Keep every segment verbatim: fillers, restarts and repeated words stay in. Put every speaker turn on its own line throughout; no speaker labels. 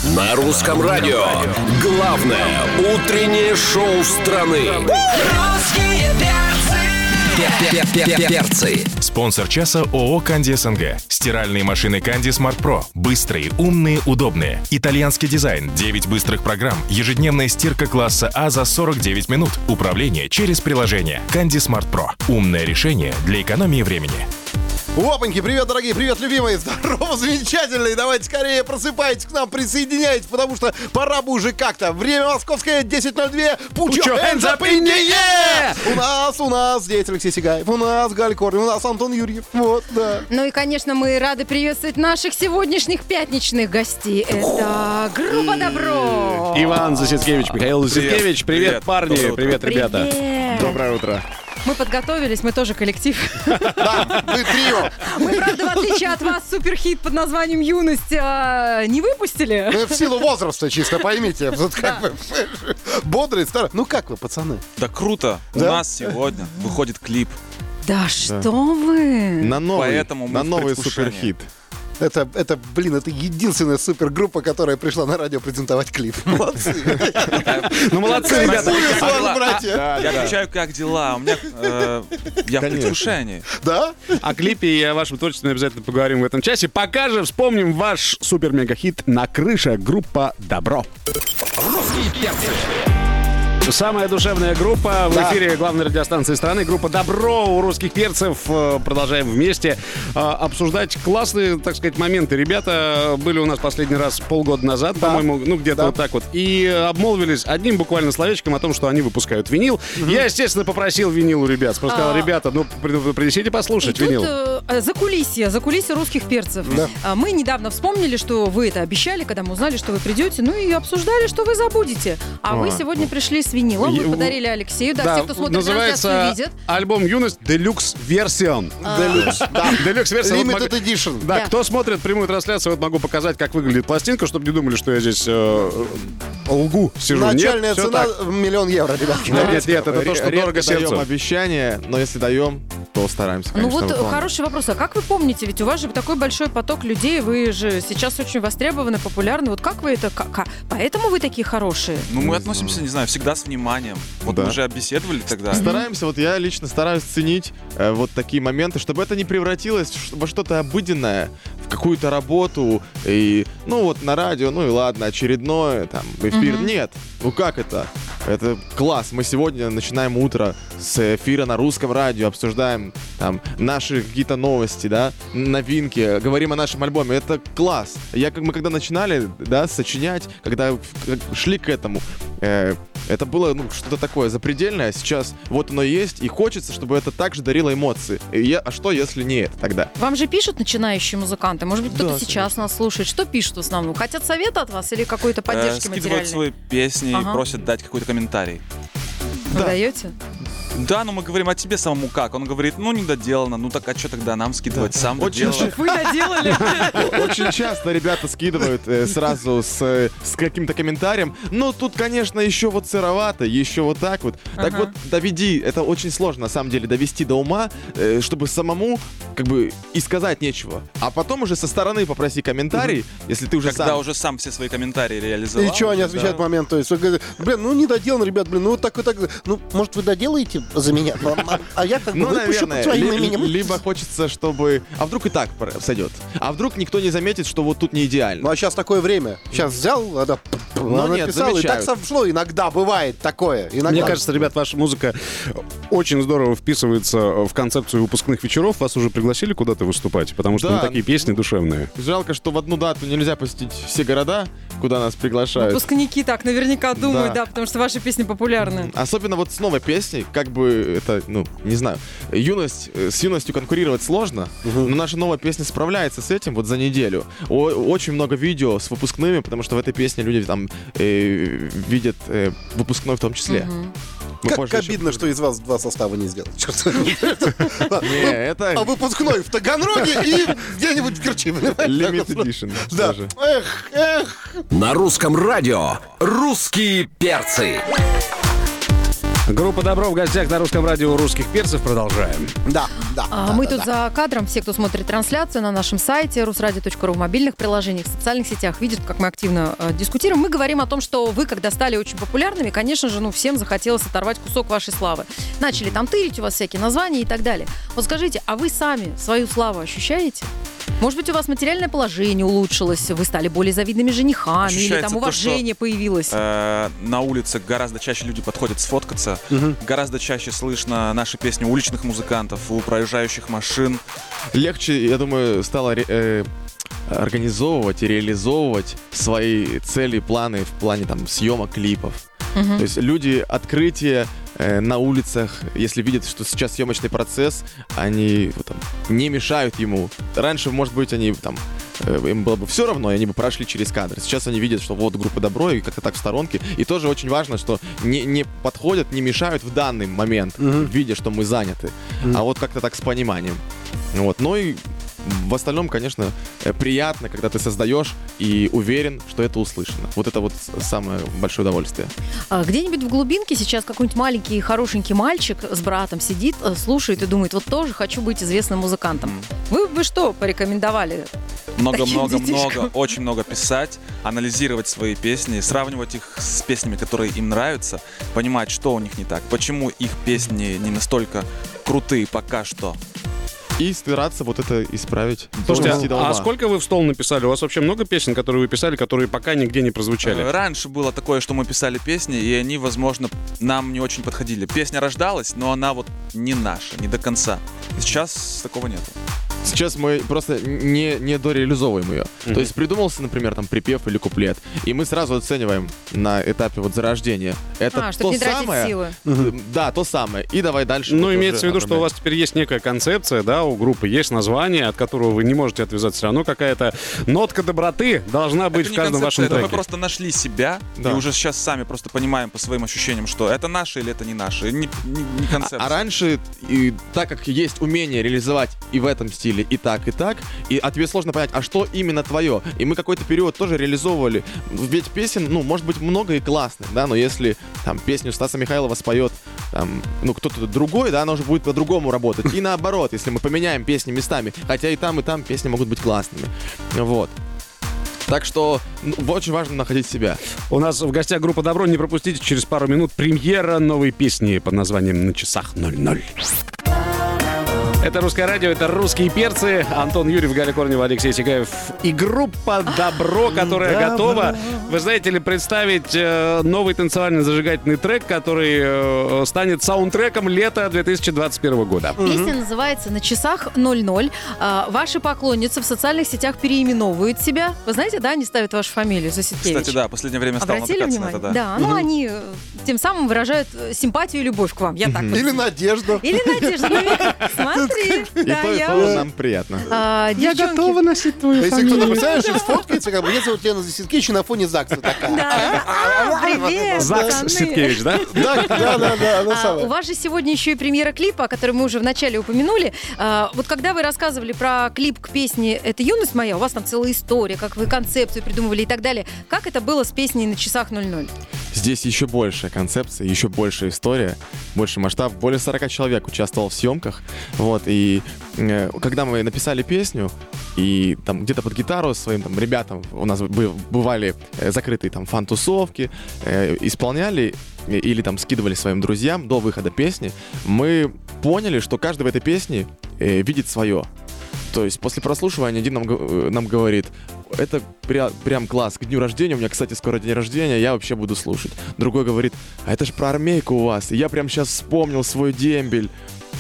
На русском радио. Главное утреннее шоу страны.
Русские перцы.
Перцы.
Спонсор часа ООО «Канди СНГ». Стиральные машины «Канди Смарт Про». Быстрые, умные, удобные. Итальянский дизайн. девять быстрых программ. Ежедневная стирка класса А за сорок девять минут. Управление через приложение. «Канди Смарт Про». Умное решение для экономии времени.
Опаньки, привет, дорогие, привет, любимые, здорово, замечательные, давайте скорее просыпайтесь к нам, присоединяйтесь, потому что пора бы уже как-то. Время московское, десять ноль два, put your hands up in the air! У нас, у нас здесь Алексей Сигаев, у нас Галь Корнин, у нас Антон Юрьев, вот, да.
Ну и, конечно, мы рады приветствовать наших сегодняшних пятничных гостей. Это группа «Добро».
Иван Засидкевич, Михаил Засидкевич, привет,
привет
парни, привет, ребята.
Привет.
Доброе утро.
Мы подготовились, мы тоже коллектив.
Да, мы трио.
Мы, правда, в отличие от вас, суперхит под названием «Юность» а, не выпустили.
Мы в силу возраста, чисто поймите. Вот как бы бодрые, старые. Ну как вы, пацаны?
Да круто.
Да?
У нас сегодня выходит клип.
Да что вы?
На новый,
Поэтому мы
на
в
новый
предвкушении.
суперхит.
Это, это, блин, это единственная супергруппа, которая пришла на радио презентовать клип. Молодцы.
Ну, молодцы, ребята.
Кайфую с вас,
А,
братья.
Я отвечаю, как дела. У меня э, я в
Конечно.
предвкушении.
Да?
О клипе и о вашем творчестве обязательно поговорим в этом часе. Пока же вспомним ваш супер-мега-хит «На крыше», группа «Добро». Самая душевная группа в
Да.
эфире главной радиостанции страны. Группа «Добро» у русских перцев. Э, Продолжаем вместе э, обсуждать классные, так сказать, моменты. Ребята были у нас последний раз полгода назад,
Да.
по-моему, ну где-то
Да.
вот так вот. И обмолвились одним буквально словечком о том, что они выпускают винил. Я, естественно, попросил винил у ребят. Сказал,
А.
ребята, ну при- принесите
И
послушать
тут
винил.
э, закулисье, закулисье русских перцев.
Да.
А, Мы недавно вспомнили, что вы это обещали, когда мы узнали, что вы придете, ну и обсуждали, что вы забудете. А вы сегодня пришли с винилом,
Е-
вы подарили Алексею, да, те, кто смотрит
называется
трансляцию, видят.
альбом «Юность» Deluxe Version.
Делюкс. Да.
Deluxe Version. Вот
Limited
мог-
Edition.
Да,
Да.
кто смотрит прямую трансляцию, вот могу показать, как выглядит пластинка, чтобы не думали, что я здесь э, лгу сижу.
Начальная
Нет, всё
цена
так.
миллион евро, ребятки.
Нет, нет, нет, это то, что
Редко
дорого
даем
сердцу.
обещания, но если даем, то стараемся,
Ну
конечно,
вот
выполнить.
хороший вопрос. А как вы помните, ведь у вас же такой большой поток людей, вы же сейчас очень востребованы, популярны. Вот как вы это... как- как- Поэтому вы такие хорошие?
Ну, мы относимся, не знаю, всегда с вниманием. Вот
Да.
мы же беседовали тогда.
Стараемся, вот я лично стараюсь ценить э, вот такие моменты, чтобы это не превратилось в ш- во что-то обыденное, в какую-то работу, и, ну вот на радио, ну и ладно, очередное, там, эфир.
Мгм.
Нет, ну как это? Это класс. Мы сегодня начинаем утро с эфира на русском радио, обсуждаем там наши какие-то новости, да, новинки, говорим о нашем альбоме. Это класс. Я, как мы когда начинали, да, сочинять, когда в- как шли к этому, э, это было, ну, что-то такое запредельное. Сейчас вот оно есть, и хочется, чтобы это также дарило эмоции. И я- а что, если не это тогда?
Вам же пишут начинающие музыканты? Может быть, кто-то
Да,
сейчас нас слушает. Что пишут в основном? Хотят совета от вас или какой-то
Э,
поддержки
скидывают
материальной?
свои песни
Ага.
и просят дать какой-то комментарий.
Вы
да.
даете?
Да, но мы говорим о тебе самому как. Он говорит, ну, не доделано. Ну, так а что тогда нам скидывать? Сам
Очень
доделал.
Вы доделали?
Очень часто ребята скидывают э, сразу с, э, с каким-то комментарием. Ну, тут, конечно, еще вот сыровато, еще вот так вот. Так
Ага.
вот, доведи, это очень сложно, на самом деле, довести до ума, э, чтобы самому, как бы, и сказать нечего. А потом уже со стороны попроси комментарий, если ты уже
Когда
сам...
уже сам все свои комментарии реализовал.
И что они отвечают в момент? То есть, он говорит, блин, ну не доделан, ребят, блин, ну вот так вот так. Ну, может, вы доделаете за меня? А- А я как бы
Ну,
выпущу под
наверное,
своим
ли-
именем.
либо хочется, чтобы... А вдруг и так про- сойдет? А вдруг никто не заметит, что вот тут не
Ну,
идеально?
а сейчас такое время. Сейчас взял, она,
Ну,
она
нет,
написала, и так
замечают.
сошло. Иногда бывает такое. Иногда.
Мне кажется, ребят, ваша музыка очень здорово вписывается в концепцию выпускных вечеров. Вас уже пригласили куда-то выступать, потому что
Да.
ну, такие песни душевные.
Жалко, что в одну дату нельзя посетить все города, куда нас приглашают.
Выпускники так наверняка думают,
Да.
да, потому что ваши песни популярны.
Особенно вот с новой песней, как бы это, ну, не знаю, юность, э, с юностью конкурировать сложно, но наша новая песня справляется с этим вот за неделю. О- очень много видео с выпускными, потому что в этой песне люди там э, видят э, выпускной в том числе. Мы
Как
позже еще
обидно, что из вас два состава не сделали. Черт.
Не, это
А выпускной в Таганроге и где-нибудь в Керчи.
Limited Edition.
Да.
тоже.
Эх, эх.
На русском радио «Русские перцы».
Группа «Добро» в гостях на русском радио «Русских перцев». Продолжаем.
Да, да.
А
да,
мы
да,
тут
да.
за кадром, все, кто смотрит трансляцию на нашем сайте русрадио точка ру, в мобильных приложениях, в социальных сетях, видят, как мы активно э, дискутируем. Мы говорим о том, что вы, когда стали очень популярными, конечно же, ну, всем захотелось оторвать кусок вашей славы. Начали там тырить у вас всякие названия и так далее. Вот скажите, а вы сами свою славу ощущаете? Может быть, у вас материальное положение улучшилось, вы стали более завидными женихами, или
Ощущается
там
то,
уважение
что,
появилось?
Э, на улице гораздо чаще люди подходят сфоткаться,
Мгм.
гораздо чаще слышно наши песни у уличных музыкантов, у проезжающих машин.
Легче, я думаю, стало ре- э, организовывать и реализовывать свои цели, планы в плане там съемок клипов.
Мгм.
То есть люди открытие э, на улицах, если видят, что сейчас съемочный процесс, они вот, там, не мешают ему. Раньше, может быть, они там э, им было бы все равно, и они бы прошли через кадры. Сейчас они видят, что вот группа Добро, и как-то так в сторонке. И тоже очень важно, что не, не подходят, не мешают в данный момент,
Мгм.
видя, что мы заняты.
Мгм.
А вот как-то так с пониманием. Вот. Ну и в остальном, конечно, э, приятно, когда ты создаешь и уверен, что это услышано. Вот это вот с- самое большое удовольствие.
А Где-нибудь в глубинке сейчас какой-нибудь маленький хорошенький мальчик с братом сидит, э, слушает и думает, вот тоже хочу быть известным музыкантом.
М.
Вы бы что порекомендовали?
Много-много-много, очень много писать, анализировать свои песни, сравнивать их с песнями, которые им нравятся, понимать, что у них не так, почему их песни не настолько крутые пока что.
И стараться вот это исправить.
Слушайте,
довести до
а, а
ума.
сколько вы в стол написали? У вас вообще много песен, которые вы писали, которые пока нигде не прозвучали?
Э, Раньше было такое, что мы писали песни, и они, возможно, нам не очень подходили. Песня рождалась, но она вот не наша, не до конца. Сейчас такого нету.
Сейчас мы просто не, не дореализовываем ее.
Мгм.
То есть придумался, например, там припев или куплет, и мы сразу оцениваем на этапе вот зарождения. Это
А, чтобы
то
не тратить
самое.
силы.
э, Да, то самое. И давай дальше.
Ну,
вот
имеется в
уже
виду, что у вас теперь есть некая концепция, да, у группы есть название, от которого вы не можете отвязаться. Все равно какая-то нотка доброты должна быть
Это
в
не
каждом
концепция,
вашем
это мы
треке.
просто нашли себя,
Да.
и уже сейчас сами просто понимаем по своим ощущениям, что это наше или это не наше. Не, не- не концепция.
А, а раньше, и, так как есть умение реализовать и в этом стиле, и так, и так, и а тебе сложно понять, а что именно твое. И мы какой-то период тоже реализовывали. Ведь песен, ну, может быть, много и классных, да, но если там песню Стаса Михайлова споет там, ну, кто-то другой, да, она уже будет по-другому работать. И наоборот, если мы поменяем песни местами, хотя и там, и там песни могут быть классными. Вот. Так что ну, очень важно находить себя.
У нас в гостях группа Добро. Не пропустите, через пару минут премьера новой песни под названием «На часах ноль ноль». Это «Русское радио», это «Русские перцы». Антон Юрьев, Галя Корнева, Алексей Сигаев и группа «Добро», которая готова, вы знаете ли, представить э, новый танцевальный зажигательный трек, который э, станет саундтреком лета две тысячи двадцать первого года.
Песня называется «На часах ноль ноль». А, ваши поклонницы в социальных сетях переименовывают себя. Вы знаете, да, они ставят вашу фамилию Заситкевич.
Кстати, да, в последнее время стал
Обратили
натыкаться на
внимание?
это, да.
ну они э, тем самым выражают э, симпатию и любовь к вам. Я так вот.
Или надежду.
Или надежда. Ну, Вика, смотри.
И
Да,
то, и
я
то
уже.
нам приятно.
А, девчонки.
носить твою
Если кто-то, представляешь, сфоткается, как бы, если вот Лена Заситкевич на фоне ЗАГСа такая.
Да, да. А, привет,
ЗАГС
пацаны.
Ситкевич, да?
Да, да, да, да, она
А,
самая.
у вас же сегодня еще и премьера клипа, о котором мы уже вначале упомянули. А, вот когда вы рассказывали про клип к песне «Это юность моя», у вас там целая история, как вы концепцию придумывали и так далее. Как это было с песней «На часах ноль ноль»?
Здесь еще большая концепция, еще большая история, больше масштаб. Более сорок человек участвовал в съемках. Вот, и э, когда мы написали песню, и там где-то под гитару своим там ребятам, у нас бы- бывали э, закрытые там фан-тусовки, э, исполняли э, или там скидывали своим друзьям до выхода песни, мы поняли, что каждый в этой песне э, видит свое. То есть после прослушивания один нам, г- э, нам говорит: это пря- прям класс, к дню рождения, у меня, кстати, скоро день рождения, я вообще буду слушать. Другой говорит: а это ж про армейку у вас, и я прям сейчас вспомнил свой дембель.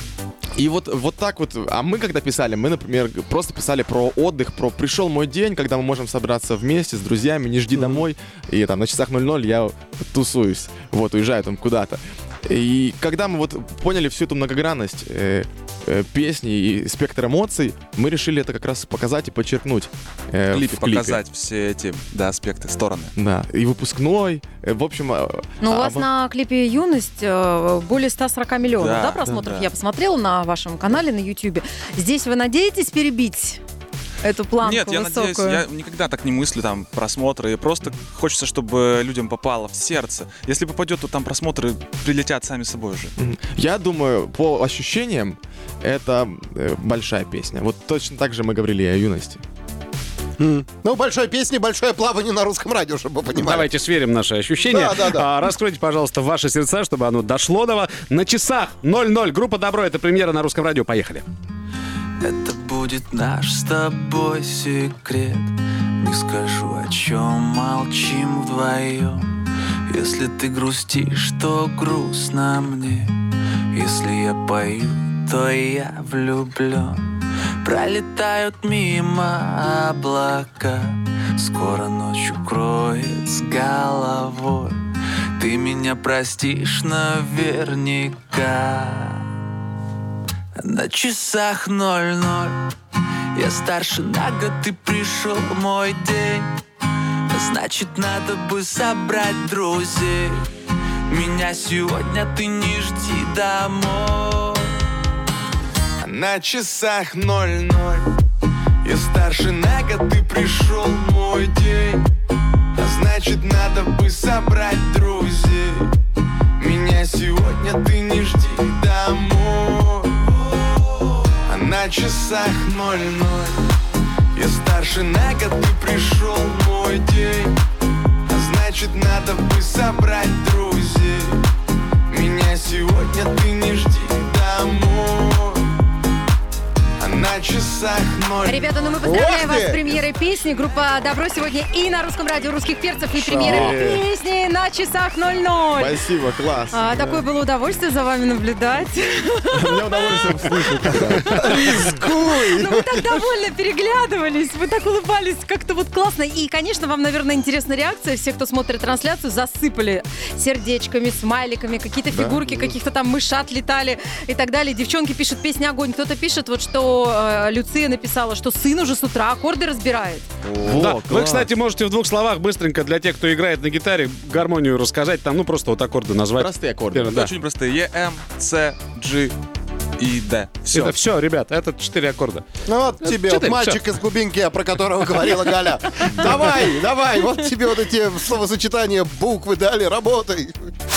И вот, вот так вот, а мы когда писали, мы, например, просто писали про отдых, про пришел мой день, когда мы можем собраться вместе с друзьями, не жди домой, и там на часах ноль ноль я тусуюсь, вот, уезжаю там куда-то. И когда мы вот поняли всю эту многогранность э, э, песни и спектр эмоций, мы решили это как раз показать и подчеркнуть э,
В клипе
в клипе.
показать все эти, да, аспекты, стороны.
Да, и выпускной, э, в общем... э,
Ну, у
а-
вас
а-
на клипе «Юность» э, более ста сорока миллионов да,
Да,
просмотров.
да, да.
Я посмотрела на вашем канале на YouTube. Здесь вы надеетесь перебить эту планку
Нет, я
высокую.
надеюсь, я никогда так не мыслю, там, просмотры. Просто хочется, чтобы людям попало в сердце. Если попадет, то там просмотры прилетят сами собой уже.
Я думаю, по ощущениям, это э, большая песня. Вот точно так же мы говорили и о юности.
Ну, большой песни, большое плавание на русском радио, чтобы вы понимали.
Давайте сверим наши ощущения.
Да, да, да.
А, раскройте, пожалуйста, ваши сердца, чтобы оно дошло до вас. На часах ноль ноль. Группа «Добро» — это премьера на русском радио. Поехали.
Это будет наш с тобой секрет. Не скажу, о чем молчим вдвоем. Если ты грустишь, то грустно мне. Если я пою, то я влюблен. Пролетают мимо облака, скоро ночь укроет с головой. Ты меня простишь наверняка. На часах ноль-ноль. Я старше на год, ты пришел мой день. Значит, надо бы собрать друзей. Меня сегодня ты не жди домой. На часах ноль-ноль. Я старше на год, ты пришел мой день. А значит, надо бы собрать друзей. Меня сегодня ты не жди домой. А на часах ноль-ноль. Я старше на год, ты пришел мой день. А значит, надо бы собрать друзей. Меня сегодня ты не жди домой. На часах ноль.
Ребята, ну мы поздравляем
Ох
вас
ты!
с премьерой песни. Группа «Добро» сегодня и на русском радио русских перцев, и премьера песни на часах ноль-ноль.
Спасибо, класс.
А,
Да.
такое было удовольствие за вами наблюдать.
Мне удовольствие слышать.
Рискуй!
Ну, вы так довольно переглядывались, вы так улыбались, как-то вот классно. И, конечно, вам, наверное, интересна реакция. Все, кто смотрит трансляцию, засыпали сердечками, смайликами, какие-то фигурки, каких-то там мышат летали и так далее. Девчонки пишут «Песня огонь». Кто-то пишет, вот что э, Люция написала, что сын уже с утра аккорды разбирает.
О,
Да. Вы,
класс.
кстати, можете в двух словах быстренько для тех, кто играет на гитаре, гармонию рассказать. Там, ну, просто вот аккорды назвать.
Простые аккорды.
Первый, да.
Очень простые. Е, М, С, G и Д. Все.
Это все, ребят, это четыре аккорда.
Ну вот тебе, вот
Четыре,
мальчик из глубинки, про которого говорила Галя. Давай, давай, вот тебе вот эти словосочетания, буквы дали, работай.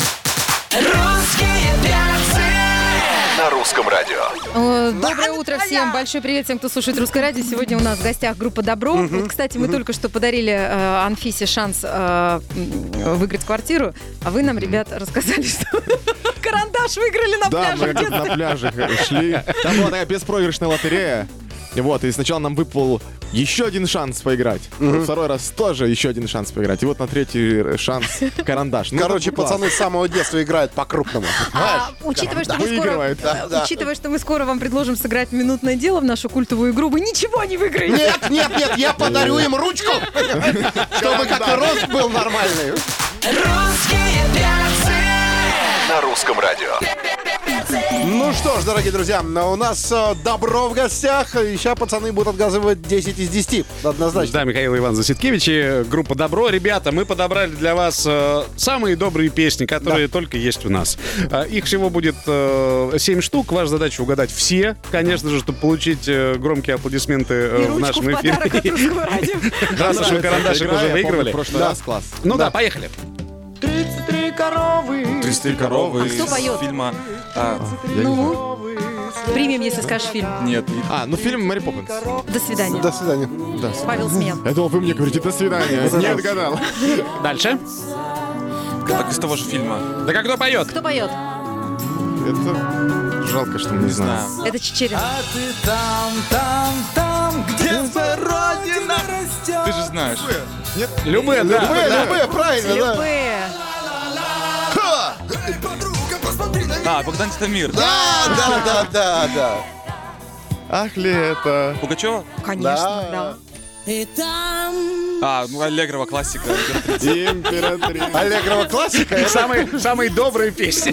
Русские перцы.
На русском радио.
Э, Доброе утро всем. Большой привет всем, кто слушает «Русское радио». Сегодня у нас в гостях группа «Добро». Вот, кстати, мы только что подарили э, Анфисе шанс э, м, выиграть квартиру, а вы нам, ребят, рассказали, что карандаш выиграли на
Да, мы
пляже.
как на пляже шли. Там была такая беспроигрышная лотерея. Вот, и сначала нам выпал еще один шанс поиграть. Второй раз тоже еще один шанс поиграть. И вот на третий шанс карандаш. Ну,
Короче,
это класс.
пацаны с самого детства играют по-крупному.
А, учитывая, что мы скоро,
Выигрывает.
Да, да.
учитывая, что мы скоро вам предложим сыграть минутное дело в нашу культовую игру, вы ничего не выиграете.
Нет, нет, нет, я подарю им ручку, чтобы как рост был нормальный.
Русские перцы.
На русском радио.
Ну что ж, дорогие друзья, у нас э, Добро в гостях. И сейчас пацаны будут отгазывать десять из десяти. Однозначно.
Да, Михаил и Иван Заситкевич и группа «Добро». Ребята, мы подобрали для вас э, самые добрые песни, которые только есть у нас. Э, их всего будет э, семь штук. Ваша задача угадать все, конечно же, чтобы получить э, громкие аплодисменты э,
И
в
ручку
нашем
в
эфире.
подарок от русского радио.
Раз уж вы карандашик
Игра,
уже
я помню,
выигрывали.
в прошлый раз класс.
Ну да, поехали.
тридцать три коровы.
тридцать три коровы
А кто
из
поет?
фильма... а,
Ну, примем, если скажешь фильм.
нет, не-
А, ну фильм «Мэри Поппинс».
До свидания.
До свидания.
Да.
Павел Смел.
Я думал, вы мне говорите «до свидания». Не отгадал.
Дальше.
так из того же фильма.
Да как кто поет?
Кто поет?
Это жалко, что мы не
Не
знаем.
знаю.
Это Чичерин.
А ты там, там, там, где твоя родина растет.
Ты же знаешь.
Любые, да.
Любэ, Любэ, правильно, да.
Любые.
А, Богдан Титамир.
Да, да, да, да, да.
Ах, лето.
Пугачева?
Конечно, да.
А, ну Аллегрова классика.
Императрица.
Аллегрова классика. это-
Самые, самые добрые песни.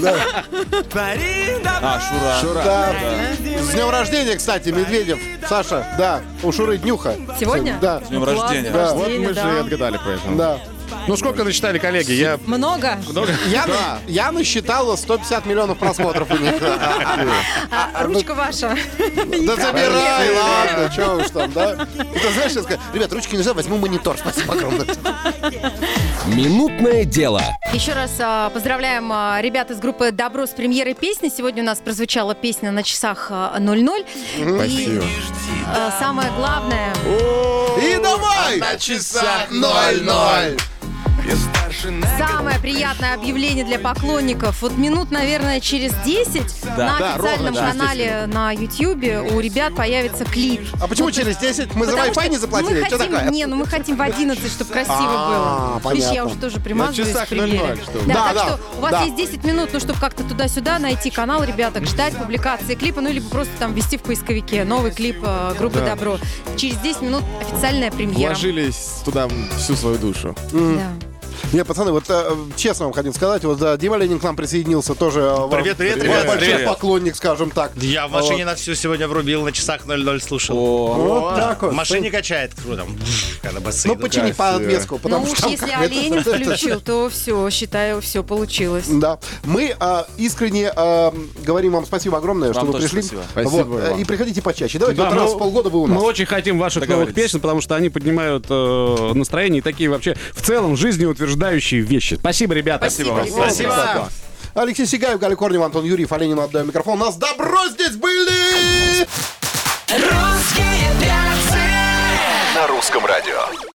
А, Шура.
Шура. Да. С днем рождения, кстати, Медведев. Саша, да. У Шуры днюха.
Сегодня?
Да.
С днем
Класс,
рождения.
день
Да.
Вот
рождения,
мы же
да.
и отгадали поэтому.
Да.
Ну, сколько насчитали, коллеги? Я...
Много?
Много?
Я, на- я насчитала сто пятьдесят миллионов просмотров у них.
А, ручка ваша.
Да забирай, ладно, что уж там, да? Это знаешь, я скажу, ребят, ручки нельзя, возьму монитор, спасибо огромное.
Минутное дело.
Еще раз а, поздравляем а, ребят из группы «Добро» с премьерой песни. Сегодня у нас прозвучала песня на часах а, ноль ноль.
Спасибо.
И а, самое главное...
И давай!
На часах ноль ноль.
Самое приятное объявление для поклонников. Вот минут, наверное, через десять на
да,
официальном
ровно, да,
канале на Ютьюбе у ребят появится клип.
А почему через десять? Мы за
Потому
Wi-Fi
что
не заплатили?
мы
Что
хотим,
такое?
Не, ну мы хотим в одиннадцать, чтобы красиво
А,
было. Видишь, я
понятно.
уже тоже примазываюсь
часах
в премьере.
ноль ноль, что ли?
Да,
Да,
так
да,
что у вас
да.
есть десять минут, ну, чтобы как-то туда-сюда найти канал, ребята, ждать публикации клипа, ну, либо просто там ввести в поисковике новый клип э, группы
Да.
«Добро». Через десять минут официальная премьера.
Вложились туда всю свою душу.
Да.
Не, пацаны, вот э, честно вам хотим сказать, вот э, Дима Ленин к нам присоединился тоже. э,
Привет, привет,
вам
ребят,
большой
привет.
поклонник, скажем так.
Я в машине на всю сегодня врубил, на часах ноль ноль слушал.
Вот так вот.
В машине качает, круто. Когда басы
Ну,
идут.
почини по отвеску,
Ну
потому
уж
что там
если
какая-то-
Оленин включил, то все, считаю, все получилось.
Да. Мы э, искренне э, говорим вам спасибо огромное, что
Вам
вы
тоже
пришли.
спасибо.
Спасибо
Вот, э,
вам.
И приходите почаще. Давайте
Да,
вот раз
мы-
в полгода вы у
Мы
нас.
очень хотим ваших новых
Договорились.
песен, потому что они поднимают э, настроение и такие вообще в целом жизнеутверждающие вещи. Спасибо, ребята.
Спасибо вам.
ребята.
Спасибо.
Алексей Сигаев, Галя Корнева, Антон Юрьев, Оленину отдаем микрофон. У нас добро здесь были!
На русском радио.